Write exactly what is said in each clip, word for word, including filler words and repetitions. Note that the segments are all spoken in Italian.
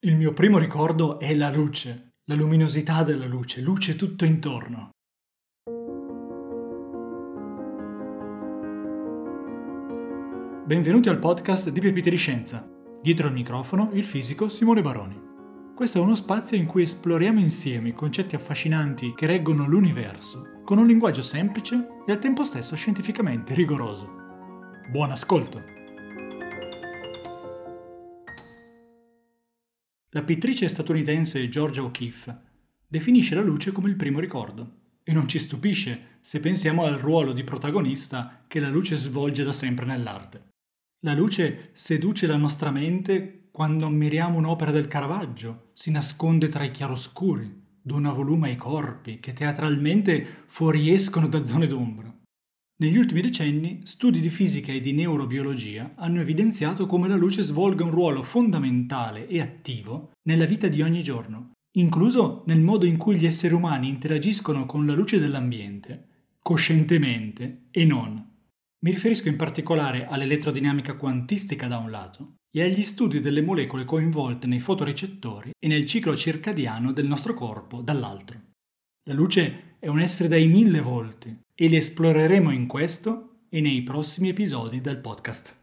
Il mio primo ricordo è la luce, la luminosità della luce, luce tutto intorno. Benvenuti al podcast di Pepite di Scienza. Dietro al microfono il fisico Simone Baroni. Questo è uno spazio in cui esploriamo insieme i concetti affascinanti che reggono l'universo, con un linguaggio semplice e al tempo stesso scientificamente rigoroso. Buon ascolto! La pittrice statunitense Georgia O'Keeffe definisce la luce come il primo ricordo. E non ci stupisce se pensiamo al ruolo di protagonista che la luce svolge da sempre nell'arte. La luce seduce la nostra mente quando ammiriamo un'opera del Caravaggio, si nasconde tra i chiaroscuri, dona volume ai corpi che teatralmente fuoriescono da zone d'ombra. Negli ultimi decenni, studi di fisica e di neurobiologia hanno evidenziato come la luce svolga un ruolo fondamentale e attivo nella vita di ogni giorno, incluso nel modo in cui gli esseri umani interagiscono con la luce dell'ambiente, coscientemente e non. Mi riferisco in particolare all'elettrodinamica quantistica da un lato e agli studi delle molecole coinvolte nei fotorecettori e nel ciclo circadiano del nostro corpo dall'altro. La luce è un essere dai mille volti e li esploreremo in questo e nei prossimi episodi del podcast.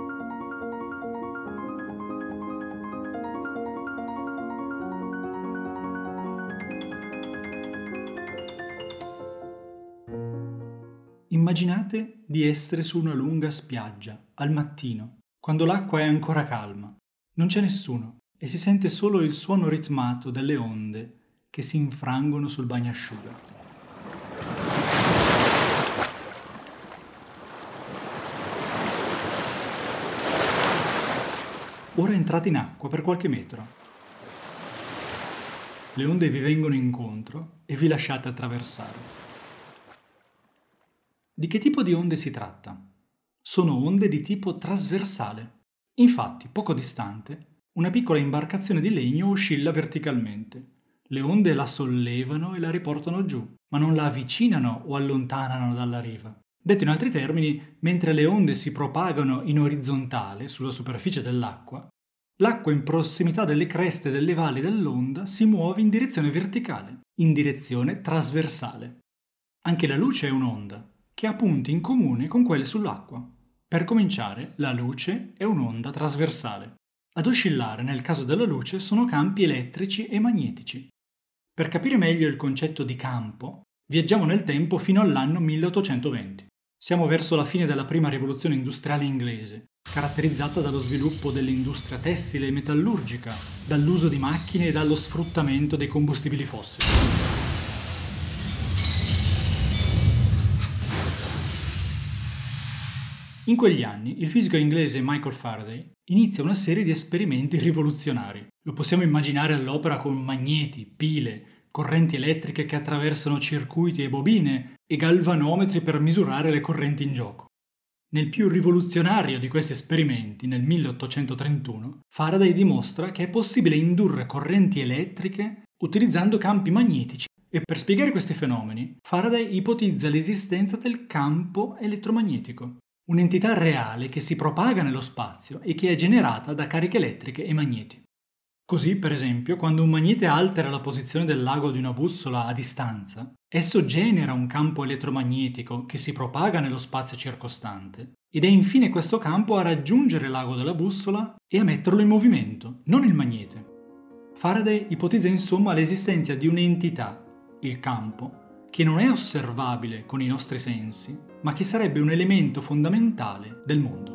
Immaginate di essere su una lunga spiaggia, al mattino, quando l'acqua è ancora calma. Non c'è nessuno e si sente solo il suono ritmato delle onde che si infrangono sul bagnasciuga. Ora entrate in acqua per qualche metro. Le onde vi vengono incontro e vi lasciate attraversare. Di che tipo di onde si tratta? Sono onde di tipo trasversale. Infatti, poco distante, una piccola imbarcazione di legno oscilla verticalmente. Le onde la sollevano e la riportano giù, ma non la avvicinano o allontanano dalla riva. Detto in altri termini, mentre le onde si propagano in orizzontale sulla superficie dell'acqua, l'acqua in prossimità delle creste delle valli dell'onda si muove in direzione verticale, in direzione trasversale. Anche la luce è un'onda, che ha punti in comune con quelle sull'acqua. Per cominciare, la luce è un'onda trasversale. Ad oscillare nel caso della luce sono campi elettrici e magnetici. Per capire meglio il concetto di campo, viaggiamo nel tempo fino all'anno milleottocentoventi. Siamo verso la fine della prima rivoluzione industriale inglese, caratterizzata dallo sviluppo dell'industria tessile e metallurgica, dall'uso di macchine e dallo sfruttamento dei combustibili fossili. In quegli anni, il fisico inglese Michael Faraday inizia una serie di esperimenti rivoluzionari. Lo possiamo immaginare all'opera con magneti, pile, correnti elettriche che attraversano circuiti e bobine e galvanometri per misurare le correnti in gioco. Nel più rivoluzionario di questi esperimenti, nel milleottocentotrentuno, Faraday dimostra che è possibile indurre correnti elettriche utilizzando campi magnetici. E per spiegare questi fenomeni, Faraday ipotizza l'esistenza del campo elettromagnetico. Un'entità reale che si propaga nello spazio e che è generata da cariche elettriche e magneti. Così, per esempio, quando un magnete altera la posizione del lago di una bussola a distanza, esso genera un campo elettromagnetico che si propaga nello spazio circostante ed è infine questo campo a raggiungere l'ago della bussola e a metterlo in movimento, non il magnete. Faraday ipotizza insomma l'esistenza di un'entità, il campo, che non è osservabile con i nostri sensi, ma che sarebbe un elemento fondamentale del mondo.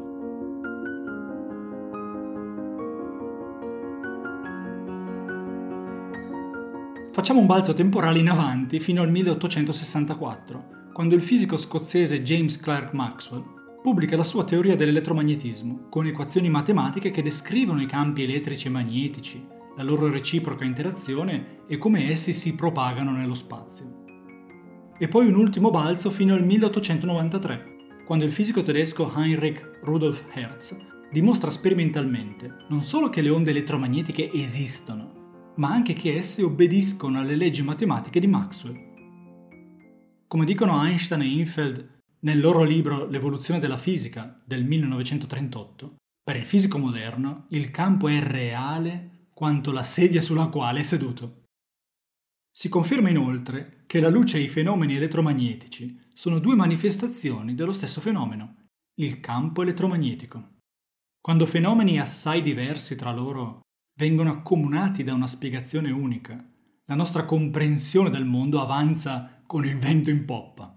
Facciamo un balzo temporale in avanti fino al milleottocentosessantaquattro, quando il fisico scozzese James Clerk Maxwell pubblica la sua teoria dell'elettromagnetismo, con equazioni matematiche che descrivono i campi elettrici e magnetici, la loro reciproca interazione e come essi si propagano nello spazio. E poi un ultimo balzo fino al milleottocentonovantatré, quando il fisico tedesco Heinrich Rudolf Hertz dimostra sperimentalmente non solo che le onde elettromagnetiche esistono, ma anche che esse obbediscono alle leggi matematiche di Maxwell. Come dicono Einstein e Infeld nel loro libro L'evoluzione della fisica del millenovecentotrentotto, per il fisico moderno il campo è reale, quanto la sedia sulla quale è seduto. Si conferma inoltre che la luce e i fenomeni elettromagnetici sono due manifestazioni dello stesso fenomeno, il campo elettromagnetico. Quando fenomeni assai diversi tra loro vengono accomunati da una spiegazione unica, la nostra comprensione del mondo avanza con il vento in poppa.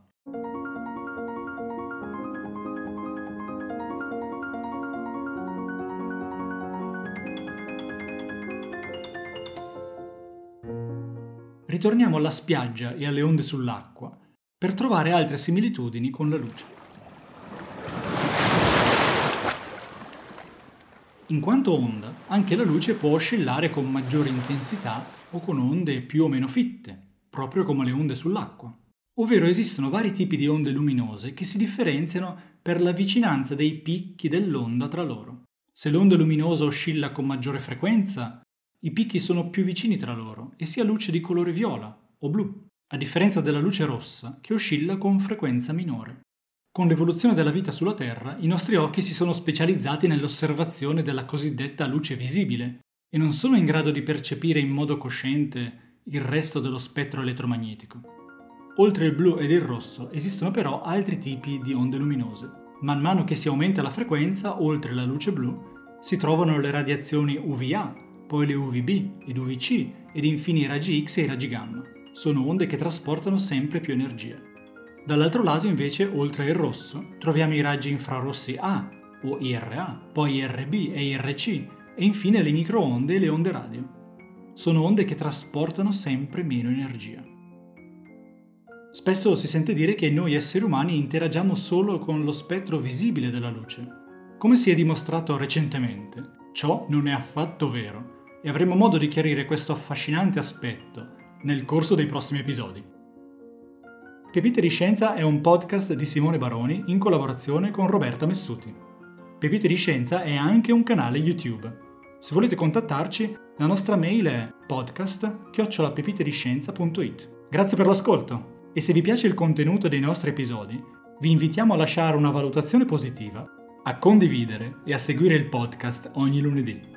Ritorniamo alla spiaggia e alle onde sull'acqua per trovare altre similitudini con la luce. In quanto onda, anche la luce può oscillare con maggiore intensità o con onde più o meno fitte, proprio come le onde sull'acqua. Ovvero esistono vari tipi di onde luminose che si differenziano per la vicinanza dei picchi dell'onda tra loro. Se l'onda luminosa oscilla con maggiore frequenza, i picchi sono più vicini tra loro e si ha luce di colore viola o blu, a differenza della luce rossa che oscilla con frequenza minore. Con l'evoluzione della vita sulla Terra, i nostri occhi si sono specializzati nell'osservazione della cosiddetta luce visibile e non sono in grado di percepire in modo cosciente il resto dello spettro elettromagnetico. Oltre il blu ed il rosso esistono però altri tipi di onde luminose. Man mano che si aumenta la frequenza, oltre la luce blu, si trovano le radiazioni U V A, poi le U V B ed U V C ed infine i raggi X e i raggi gamma. Sono onde che trasportano sempre più energia. Dall'altro lato invece, oltre il rosso, troviamo i raggi infrarossi A o I R A, poi I R B e I R C e infine le microonde e le onde radio. Sono onde che trasportano sempre meno energia. Spesso si sente dire che noi esseri umani interagiamo solo con lo spettro visibile della luce. Come si è dimostrato recentemente, ciò non è affatto vero e avremo modo di chiarire questo affascinante aspetto nel corso dei prossimi episodi. Pepite di Scienza è un podcast di Simone Baroni in collaborazione con Roberta Messuti. Pepite di Scienza è anche un canale YouTube. Se volete contattarci, la nostra mail è podcast chiocciola pepitediscienza punto it. Grazie per l'ascolto e se vi piace il contenuto dei nostri episodi, vi invitiamo a lasciare una valutazione positiva, a condividere e a seguire il podcast ogni lunedì.